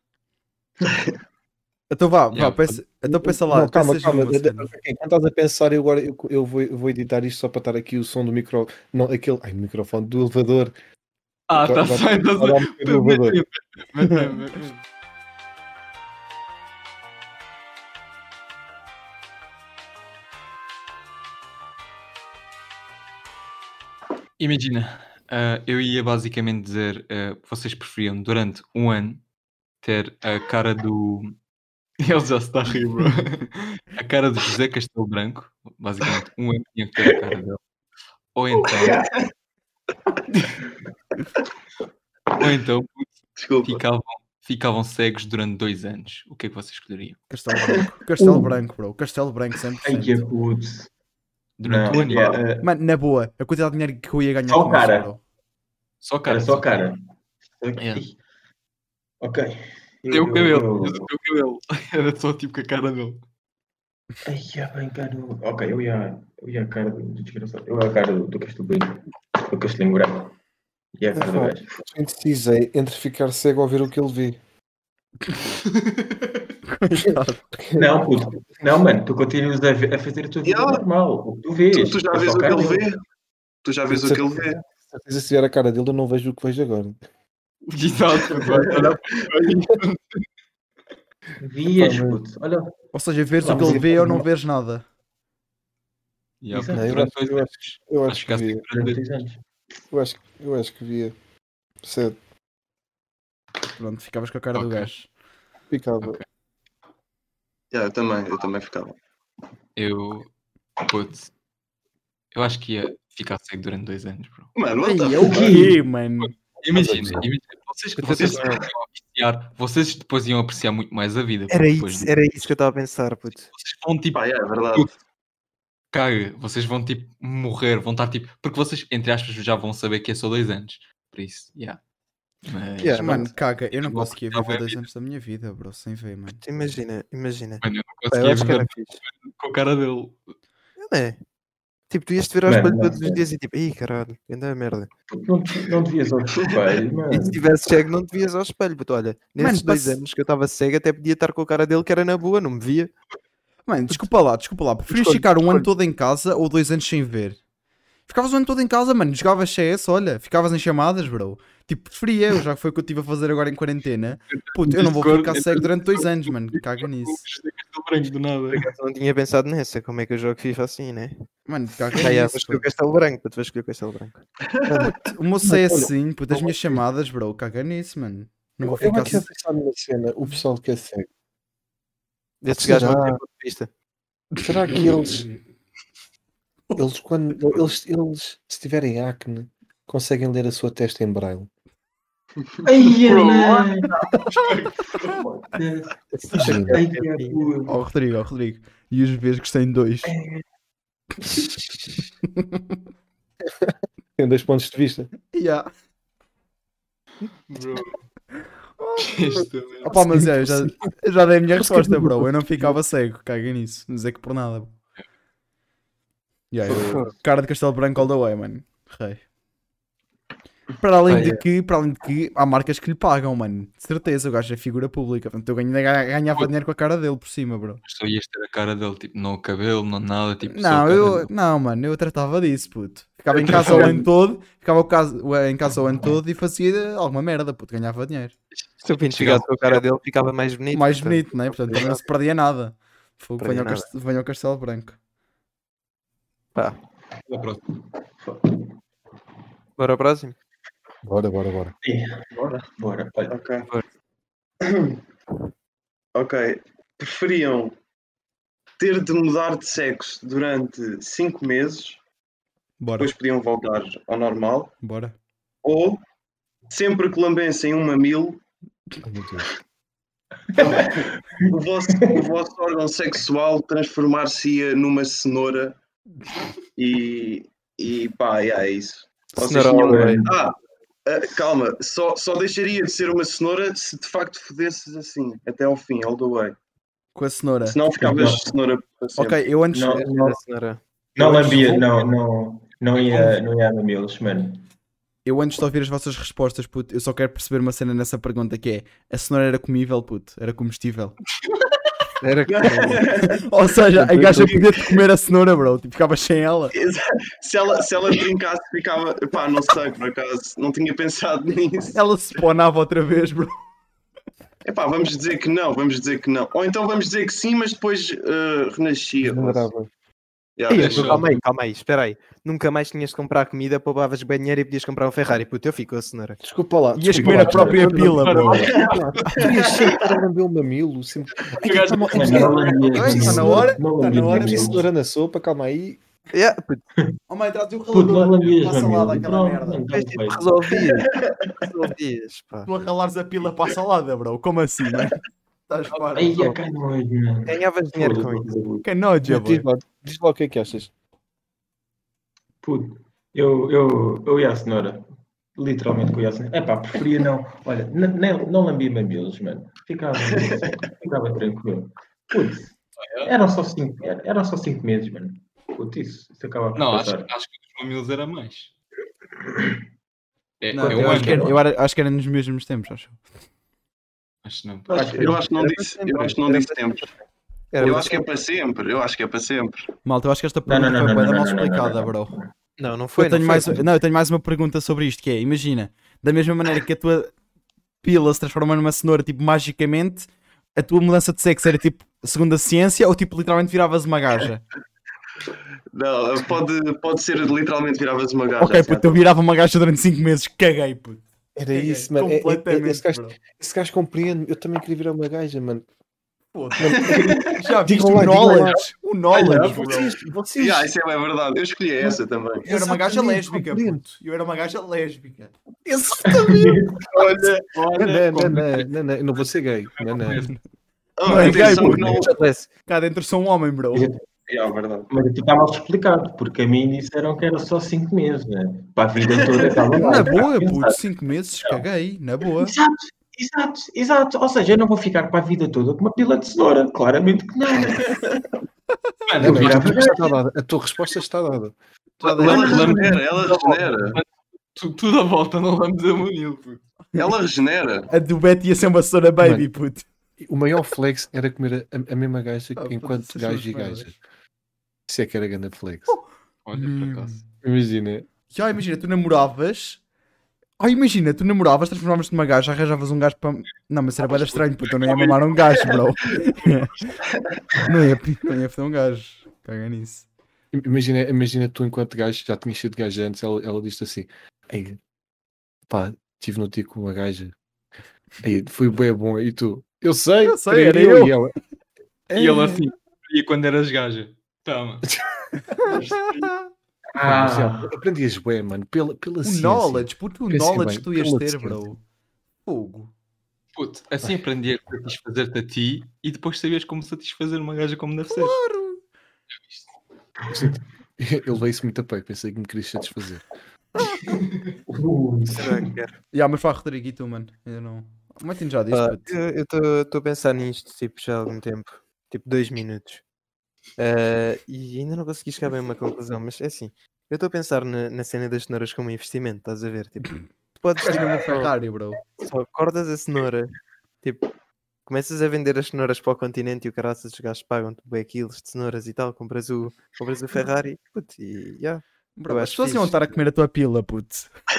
Então vá, vá, Yeah. pensa, então pensa lá. Não, calma, pensa calma. numa de- de- cena. ok, Quando estás a pensar, eu agora eu, eu vou, eu vou editar isto só para estar aqui o som do micro. Não, aquele. Ai, microfone do elevador. Ah, Vai- tá vai- saindo, tá vai dar um saindo. bocadinho do elevador. Mete mesmo, mete mesmo. Imagina, ah, eu ia basicamente dizer ah, que vocês preferiam durante um ano ter a cara do. Ele já se está a rir, bro. A cara de José Castelo Branco, basicamente um ano tinha que ter a cara dele. Ou então. Ou então Desculpa. ficavam, ficavam cegos durante dois anos. O que é que vocês escolheriam? Castelo Branco. Castelo Uh. Branco, bro. Castelo Branco Ai, que cem por cento. putz. Durante Não, um ano? é, é, Mano, na boa, a quantidade de dinheiro que eu ia ganhar Só com cara. isso, bro. Só cara. Era só cara. É. Ok. Eu- Deu o eu- cabelo. eu- Deu o cabelo. Era só tipo com a cara dele. Ai, já bem, cara. Ok, eu ia, eu ia a cara do, do desgraçado. Eu ia a cara do, do Castelo Branco. Do Castelinho Branco. E a cara do gajo. Indecisei entre ficar cego ou ver o que ele vê. Coitado. Não, puto. Não, mano, tu continuas a, ver- a fazer a tua vida Yeah. normal. O que tu vês. Tu, tu já é vês só o que cara ele dele. vê. Tu já vês o que ele vê. Se eu tiver a cara dele, eu não vejo o que vejo agora. Exato. Vias, Pá, mas- puto. Olha, Ou seja, veres Não, o que ele mas vê eu- ou não veres nada. Yeah, Exato. Não, eu, durante acho, dois eu, anos. acho, eu, Acho acho que que assim via. durante durante dois dois anos. Eu acho, eu acho que via. Cedo. Pronto, ficavas com a cara do Ok. gajo. Ficava. Ok. Yeah, eu também, eu também ficava. Eu. Putz. Eu acho que ia ficar cego durante dois anos, bro. Mano, what the Ei, é o fuck? quê, mano? Imagina, dizer. imagina. Vocês, Eu tô vocês, pensando. depois iam apreciar, vocês depois iam apreciar muito mais a vida. Era porque depois isso, de- era isso que eu estava a pensar, puto. Vocês vão tipo. Pá, yeah, é verdade. Caga, vocês vão tipo morrer, vão estar tipo. Porque vocês, entre aspas, já vão saber que é só dois anos. Por isso, yeah. Mas, Yeah, Mano, caga, eu não Vou conseguia apreciar viver bem a dois vida. anos da minha vida, bro, sem ver, mano. Imagina, imagina. mano, eu não Pá, eu conseguia acho que era viver fixe. com a cara dele. Não é? Tipo, tu ias te ver ao Mano, espelho não, todos os dias e tipo, ih caralho, ainda é merda. Não, não devias ao espelho, E mano. se tivesse cego, não te vias ao espelho, puto. Olha, nesses Mano, dois passe- anos que eu estava cego, até podia estar com a cara dele que era na boa, não me via. Mano, desculpa lá, desculpa lá. Preferias Escolhe, ficar um ano escolhe. todo em casa ou dois anos sem ver? Ficavas o ano todo em casa, mano. Jogavas C S, olha. Ficavas em chamadas, bro. Tipo, preferia eu, já que foi o que eu estive a fazer agora em quarentena. Puto, eu não vou Discord, ficar cego durante dois anos, mano. Caga nisso. Castelo Branco do nada. Eu não tinha pensado nessa, como é que eu jogo FIFA assim, né? Mano, caga Ah, yeah, vou nisso. escolher o puto. Castelo Branco, puto, vou escolher o Castelo Branco. O meu C S olha, sim, puto, as minhas chamadas, bro. Caga nisso, mano. Não vou Eu ficar aqui a cego. pensar numa cena, o pessoal que é cego. Desses Será? gajos vão ter ponto de vista. Será que eles, eles quando eles, eles se tiverem acne, conseguem ler a sua testa em braille? Ai, Bro, mano! Imagina. Ai, é puro. Ó Rodrigo, ó Rodrigo. E os bebês que têm dois. Tem dois pontos de vista. Yeah. Bro. Este é Opa, mas é, eu já, eu já dei a minha resposta, bro. Eu não ficava cego, caga nisso. Não dizer que por nada. Yeah, eu- cara de Castelo Branco all the way, mano. Rei. Para além Ah, de é. que, para além de que há marcas que lhe pagam, mano. De certeza, o gajo é figura pública. Portanto, eu ganha- ganhava dinheiro com a cara dele por cima, bro. Só ias ter a cara dele, tipo, não o cabelo, não nada, tipo, só a Não, cara eu, dele. não, mano, eu tratava disso, puto. Ficava em casa o ano todo, ficava o caso- em casa o ano todo e fazia alguma merda, puto, ganhava dinheiro. Se o Pinto chegasse com a cara dele, ficava mais bonito. Mais portanto, bonito, né? Portanto, também não se perdia nada. Fogo, Perdia venha ao nada. Cast- venha ao Castelo Branco. Pá, A próxima. bora ao próximo. Bora, bora, bora. Bora, bora. Olha, Ok. Ok. Preferiam ter de mudar de sexo durante cinco meses, Bora, depois podiam voltar ao normal, bora. ou sempre que lambessem um mamilo, Ai, meu Deus. o vosso, o vosso órgão sexual transformar-se-ia numa cenoura e, e pá, yeah, é isso. Vocês Cenoura tinham- all the way. Ah, ah, calma, só, só deixaria de ser uma cenoura se de facto fodesses assim, até ao fim, all the way. Com a cenoura. Senão ficavas cenoura para sempre. Ok, eu antes. Não, Esta não, da cenoura. não Eu antes lambia, vou- não, não, não ia, não ia a mamilos, mano. Eu antes de ouvir as vossas respostas, puto, eu só quero perceber uma cena nessa pergunta que é: a cenoura era comível, puto? Era comestível? Era que Ou seja, a gaja podia-te comer a cenoura, bro. Tipo, ficava sem ela. Se ela, se ela brincasse, ficava. Pá, não sei, por acaso, não tinha pensado nisso. Ela se spawnava outra vez, bro. Epá, vamos dizer que não, vamos dizer que não. Ou então vamos dizer que sim, mas depois uh, renascia. Lembrava. Yeah, Ei, deixa- calma aí, calma aí, espera aí. Nunca mais tinhas de comprar comida, poupavas bem dinheiro e podias comprar um Ferrari. Puto, eu fico com a cenoura. Desculpa lá. Ias desculpa comer lá, a própria pila, bro. Tu ias sempre estar a lamber o mamilo. Sempre... Ai, gajo- calma, Mano, é não lambia Ai, está na mamilos, hora, não está lambia na hora. mamilos. cenoura na sopa, calma aí. Yeah, puto, Oh mãe, traz o Puto, não ralador lambias para a salada, mamilos. aquela Pronto, merda. mano, mas tá tipo, feito. resolvias. Resolvias, pá. Tu a ralares a pila para a salada, bro. Como assim, mano? Estás para. Ai, é que nojo, mano. Ganhavas dinheiro com isso. Foda-se. Que nojo, Diz boy. lá, diz lá o que é que achas. Puto, eu, eu, eu ia à cenoura. Literalmente que eu ia à cenoura. É pá, preferia não. Olha, n- nem, não lambia mamilos, mano. Ficava, ficava tranquilo. Putz, eram só cinco, eram só cinco meses, mano. Putz, isso, isso acaba por Não, acho, passar. acho que os mamilos era mais. É, Não, é eu, um acho que era, ano. eu era- acho que era nos mesmos tempos, acho. Acho que não. Acho que- Eu acho que não Era para disse, sempre, eu acho que não era disse para tempos. Era Eu para acho que é para sempre, eu acho que é para sempre. Malta, eu acho que esta Não, pergunta não, foi não, bué não, da mal não, não, não, explicada, não, bro. não. Não, não foi. Eu tenho, não mais, foi. não, eu tenho mais uma pergunta sobre isto, que é, imagina, da mesma maneira que a tua pila se transforma numa cenoura, tipo, magicamente, a tua mudança de sexo era, tipo, segundo a ciência, ou, tipo, literalmente viravas uma gaja? Não, pode, pode ser literalmente viravas uma gaja. Ok, assim, puto, eu virava uma gaja durante cinco meses, caguei, puto. Era Caguei, isso, mano. É- é- é- completamente, esse, gajo, bro. esse gajo compreende. Eu também queria virar uma gaja, mano. Foda-se. Já viste Digam o lá, digam lá. knowledge? O knowledge, Olha, bro. Vocês, vocês. Yeah, isso é verdade, eu escolhi essa também. Eu era uma gaja Exatamente, lésbica, compreendo. puto. Eu era uma gaja lésbica. Exatamente. Olha, Não, olha. não, não, não, não, não, eu não vou ser gay. Não, não. Oh, Não é atenção gay, que não. Cá dentro sou um homem, bro. Yeah, verdade. Mas aqui está mal explicado, porque a mim disseram que era só cinco meses, né? Para a vida toda estava lá. Na boa, puto, cinco meses, caguei, na boa. Exato, exato, exato. Ou seja, eu não vou ficar para a vida toda com uma pila de cenoura. Claramente que não. Mano, Eu Não, virava a, tua resposta gaja. está dada. A tua resposta está dada. Ela regenera, ela regenera. tu- tudo à volta, não vamos a Munil, puto. Ela regenera. A do Betty ia ser uma cenoura baby, Mano. puto. O maior flex era comer a, a mesma gaja Ah, enquanto puta, gajo essas e merdas. gaja. Isso é que era grande flex. Olha, Hum. por acaso. Imagina. Já imagina, tu namoravas. Ah, imagina, tu namoravas, transformavas-te numa gaja, arranjavas um gajo para. Não, mas era bem estranho, puto, eu não ia mamar um gajo, bro. não ia, não ia foder um gajo. Caga nisso. Imagina, imagina tu enquanto gajo, já tinhas sido gajo antes, ela, ela disse assim, ei, pá, estive no tio com uma gaja. Ei, foi bem bom. E tu? Eu sei, Eu sei, era eu. E ela, E ele assim, e quando eras gaja? Toma. "Ah, mas já, Ah, aprendias bem, mano, pela, pela O ciência. knowledge, puto, o Pensem knowledge bem, que tu ias pela ter, ciência. bro. Fogo. Puto, assim aprendi a satisfazer-te a ti e depois sabias como satisfazer uma gaja como deve ser. Claro! Ele veio isso muito a pé, pensei que me querias satisfazer. Será que quero? Ya, mas fala, Rodrigo, e tu, mano? Eu não. O Martin já disse, Pá, puto. eu estou a pensar nisto tipo, já há algum tempo, tipo dois minutos. Ah, e ainda não consegui chegar bem a uma conclusão, mas é assim, eu estou a pensar na, na cena das cenouras como investimento, estás a ver? Tipo, tu podes És tipo, mesmo um Ferrari, bro. só cortas a cenoura, tipo, começas a vender as cenouras para o continente e o caraças, os gajos pagam-te bué quilos de cenouras e tal, compras o, compras o Ferrari, puto, e já. Bro, Eu as acho pessoas iam fixe. estar a comer a tua pila, puto.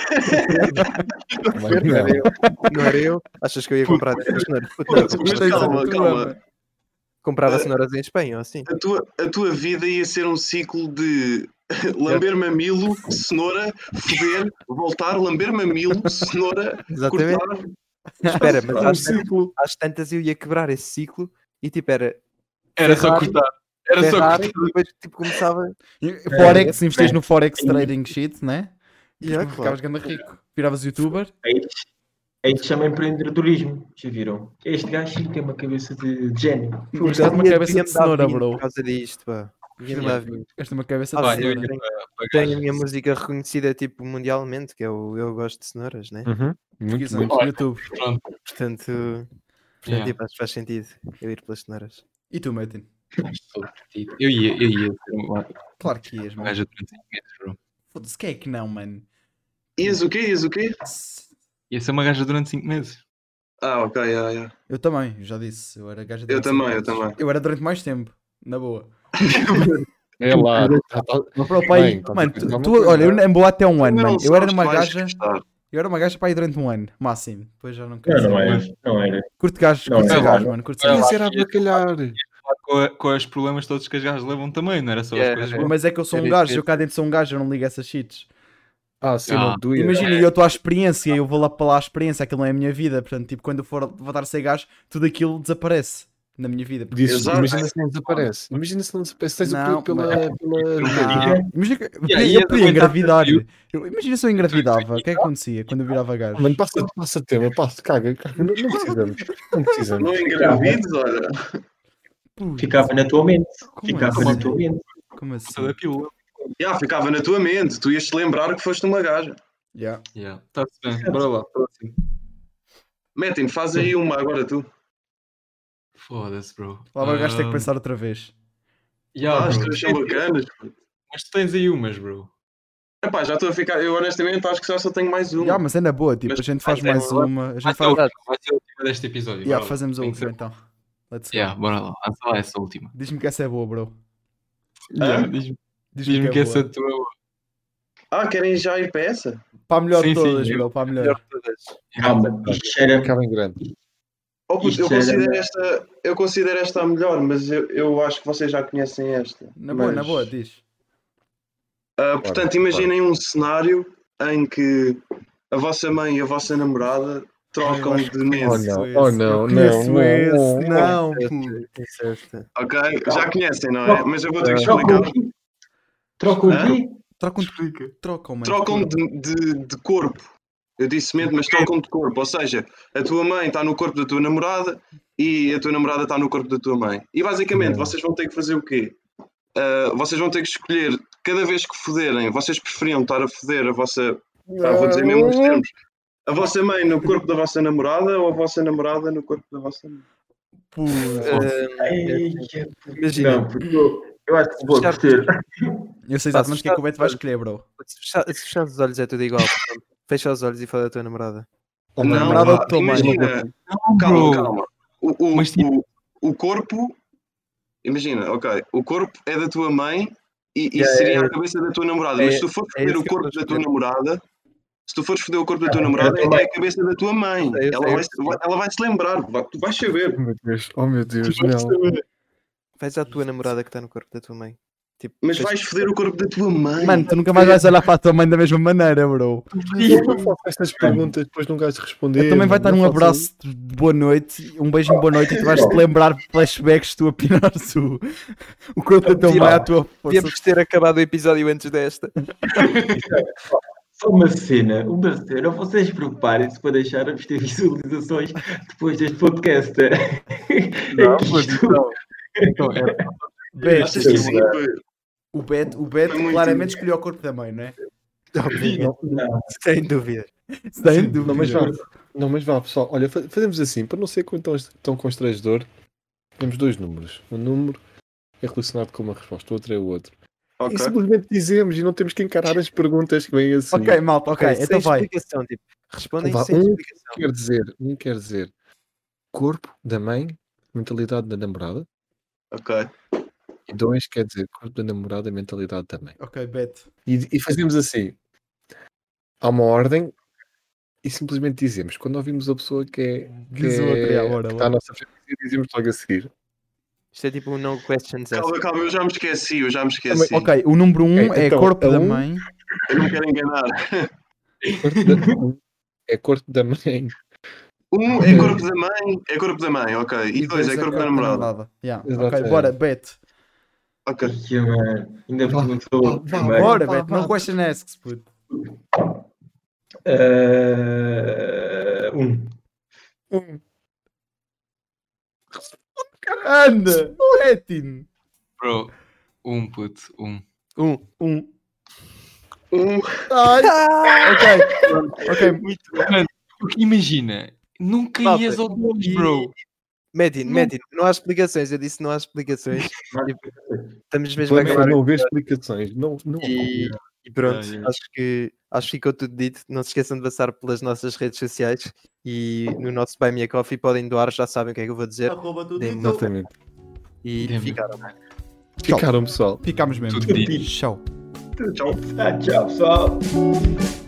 Mas Não era não. eu, não era eu. Achas que eu ia comprar essas cenouras? Puto, não, Puto, mas mas tens a calma, tua, calma. mano. comprava Ah, cenouras em Espanha ou assim. A tua, a tua vida ia ser um ciclo de lamber mamilo, cenoura, foder, voltar, lamber mamilo, cenoura, Exatamente. cortar. Espera, mas Um às tantas, ciclo. às tantas eu ia quebrar esse ciclo e tipo era Era só Ferrari, cortar. Era só Ferrari cortar. e depois tipo começava. Forex, investias no Forex Trading Shit, né? Yeah, Ficavas claro. ganda rico. Viravas youtuber. Aí, aí te chama empreendedorismo, já viram? Este gajo sim tem uma cabeça de, de gênio. Isto é uma Devia- cabeça devia de me dar cenoura, vinho bro. Por causa disto, pá. Devia me dar vinho. Esta é uma cabeça Ah, de Pá, eu cenoura. ia Tenho- para, para Tenho a gajos. minha música reconhecida tipo mundialmente, que é o Eu Gosto de Cenouras, né? Uhum. Muito, Pesquisa muito. no YouTube. Pronto. Portanto, portanto Yeah. tipo, acho que faz sentido eu ir pelas cenouras. E tu, Martin? Estou divertido. Eu ia, eu ia ser uma, Claro que ias, uma mano. gaja durante cinco meses, bro. Foda-se, quem é que não, mano? Ias o quê? Ias o quê? Ia ser uma gaja durante cinco meses. Ah, ok, yeah, yeah. Eu também, eu já disse. Eu era gaja Eu durante também, cinco eu meses. também. Eu era durante mais tempo, na boa. É lá. tá- tá- Bro, pai, Bem, tá mano, tudo tu, bem, tu- uma olha, eu coisa. em boa até um ano, Não mano. Eu era sabes uma que vais gaja. gostar. Eu era uma gaja para ir durante um ano, máximo. Depois já não Não, quero não saber. era. Não era. Curto gajos, Não, curto ser não, gajo, não. mano. Curto ser Olha lá. gajo. Isso era a bacalhar. Com, a- com os problemas todos que as gajas levam também, não era só as Yeah, coisas é. boas. Mas é que eu sou Era um isso gajo, mesmo. eu cá dentro sou um gajo, eu não ligo a essas shits. Ah, sim, Ah. não doía. Imagina, eu estou à experiência, eu vou lá para lá à experiência, aquilo não é a minha vida. Portanto, tipo, quando eu for voltar a ser gajo, tudo aquilo desaparece na minha vida. Porque- Dizes, Exato. imagina se não desaparece. Imagina se não desaparece. Tens Não, o pela, mas- pela, Não. pela... Imagina que eu, Yeah, eu ias podia aguentar engravidar. frio. Eu- Imagina se eu engravidava, o que é que acontecia quando eu virava gajo? Mano, passa, passa tema, passa, caga, caga. Não, não precisamos. Não precisamos. Não engravides, olha. Putz, Ficava na tua mente. Como Ficava assim? na tua mente. Como Puta da assim? pílula. Já, ficava na tua mente. Tu ias te lembrar que foste uma gaja. Yeah. Yeah. Tá-se bem. Bora lá. Próximo. Metin, faz aí uma agora tu. Foda-se, bro. Lá vai o gajo ter que Ah, pensar outra vez. yeah, Ah, as bro. tuas são bacanas. Mas tu tens aí umas, bro. Epá, já estou a ficar. Eu honestamente acho que já só tenho mais uma. Yeah, mas é na boa, tipo, Mas- a gente faz Ah, tem mais uma- uma. A Vai gente ser, faz. a última, vai ser a última deste episódio. Yeah, bora lá. fazemos a Tem que última ser. então. Let's go. Yeah, bora lá. Lança lá essa última. Diz-me que essa é boa, bro. Yeah, Hã? Diz-me Diz-me diz-me que que é essa boa. tua. Ah, querem já ir para essa? Para a melhor Sim, de todas, sim, eu- bro. Para a melhor. Melhor de todas. Calma, isto cheira. Ficava em grande. Oh, puto, Isto eu, era- considero esta, eu considero esta a melhor, mas eu, eu acho que vocês já conhecem esta. Na boa, Mas, na boa, diz. ah, portanto, imaginem um cenário em que a vossa mãe e a vossa namorada trocam Ai, eu acho de que mente. Oh, conheço não. esse. Oh, não, Eu conheço não, não, esse. não. Não, puto. Disseste. Ok? Já conhecem, não é? Mas eu vou ter que Troca explicar. o quê? Troca o Hã? quê? Trocam Trocam, mano. Trocam de, de, de corpo. Eu disse mente, mas trocam de corpo. Ou seja, a tua mãe está no corpo da tua namorada e a tua namorada está no corpo da tua mãe. E basicamente, Não. vocês vão ter que fazer o quê? Ah, vocês vão ter que escolher, cada vez que foderem, vocês preferiam estar a foder a vossa. Pá, vou dizer mesmo os termos. A vossa mãe no corpo da vossa namorada ou a vossa namorada no corpo da vossa mãe? Puto. Ah, Ai, Imagina, Não, porque eu, eu acho que vou Fechar- ter. Eu sei Pá, exatamente o que é que o se Beto vai escolher, bro. se fechar- se fechar os olhos é tudo igual. portanto, fecha os olhos e fala da tua namorada. Oh, Não, namorada pá, da tua mãe. imagina, Não, calma, bro. calma. O, o, Mas, tipo- o, o corpo, imagina, ok, o corpo é da tua mãe e, e Yeah, seria é- a cabeça da tua namorada, é- mas se tu fores é foder isso o que eu corpo estou a da tua escolher. namorada, se tu fores foder o corpo da tua Ah, namorada, eu também. é a cabeça da tua mãe. Eu sei, eu Ela sei, vai, eu sei. vai- ela vai se lembrar, vai- tu vais saber. meu Deus, oh meu Deus, Tu vais não. saber. Vais à tua namorada que está no corpo da tua mãe. Tipo, Mas fecha- vais foder o corpo da tua mãe. Mano, tu nunca mais vais olhar para a tua mãe da mesma maneira, bro. Eu não faço estas perguntas, depois não vais responder. Eu também vai mano, estar não um faço abraço de boa noite, um beijinho de boa noite e tu vais te lembrar flashbacks de tu a pinares o, o corpo da tua mãe à tua força. Devíamos ter acabado o episódio antes desta. Só uma cena, uma cena. Vocês preparem-se para deixar-vos ter visualizações depois deste podcast. Não, É que mas isto- então, então é, Bet, Achas que sim? Foi- o Bet, o Bet Foi muito- claramente escolheu o corpo da mãe, não é? Obviamente, Não. sem dúvida. Sem não, mas dúvida. vá, não, mas vá, pessoal. Olha, fa- fazemos assim, para não ser tão, tão constrangedor, temos dois números. Um número é relacionado com uma resposta, o outro é o outro. Ok. E simplesmente dizemos e não temos que encarar as perguntas que vêm assim. Ok, malta, ok, sem então vai. explicação, tipo, respondem Então vá, sem um explicação. quer dizer, um quer dizer corpo da mãe, mentalidade da namorada. Ok. E dois quer dizer corpo da namorada, mentalidade da mãe. Ok, Bet. E, e fazemos assim. Há uma ordem e simplesmente dizemos. Quando ouvimos a pessoa que é que, Diz o outro, é, já, bora, que está à bora. nossa frente e dizemos logo a seguir. Isto é tipo um no questions Calma, asked. calma, eu já me esqueci, eu já me esqueci. Ok, o número um Ok, é então, corpo a da um- mãe. Eu não quero enganar. Corpo da, é corpo da mãe. Um é corpo da mãe, é corpo da mãe, ok. E, dois é corpo da namorada. namorada. Yeah. Ok, Exatamente. bora, Bet. Ok. Ai, mano, ainda Vá, perguntou. vá, vá, primeiro. Bora, vá, Bet. vá. Não question asks, puto. Eh, um. Um. Anda! Betin! Bro, um puto, um. Um, um. Um. Ai! Ok, ok. Mano, porque imagina, nunca Malta, ias ao dois, e- bro. Medin, Não. Medin, não há explicações. Eu disse não há explicações. Estamos mesmo a Para acabar. não ver explicações. Não, não. E, e pronto, Yeah, yeah. acho que acho que ficou tudo dito. Não se esqueçam de passar pelas nossas redes sociais e no nosso Buy Me a Coffee podem doar, já sabem o que é que eu vou dizer. Arroba tudo Dê-me dito. Exatamente. E Dê-me. ficaram. Ficaram, pessoal. Ficámos mesmo. Tudo dito. Tchau. Tchau, tchau, pessoal.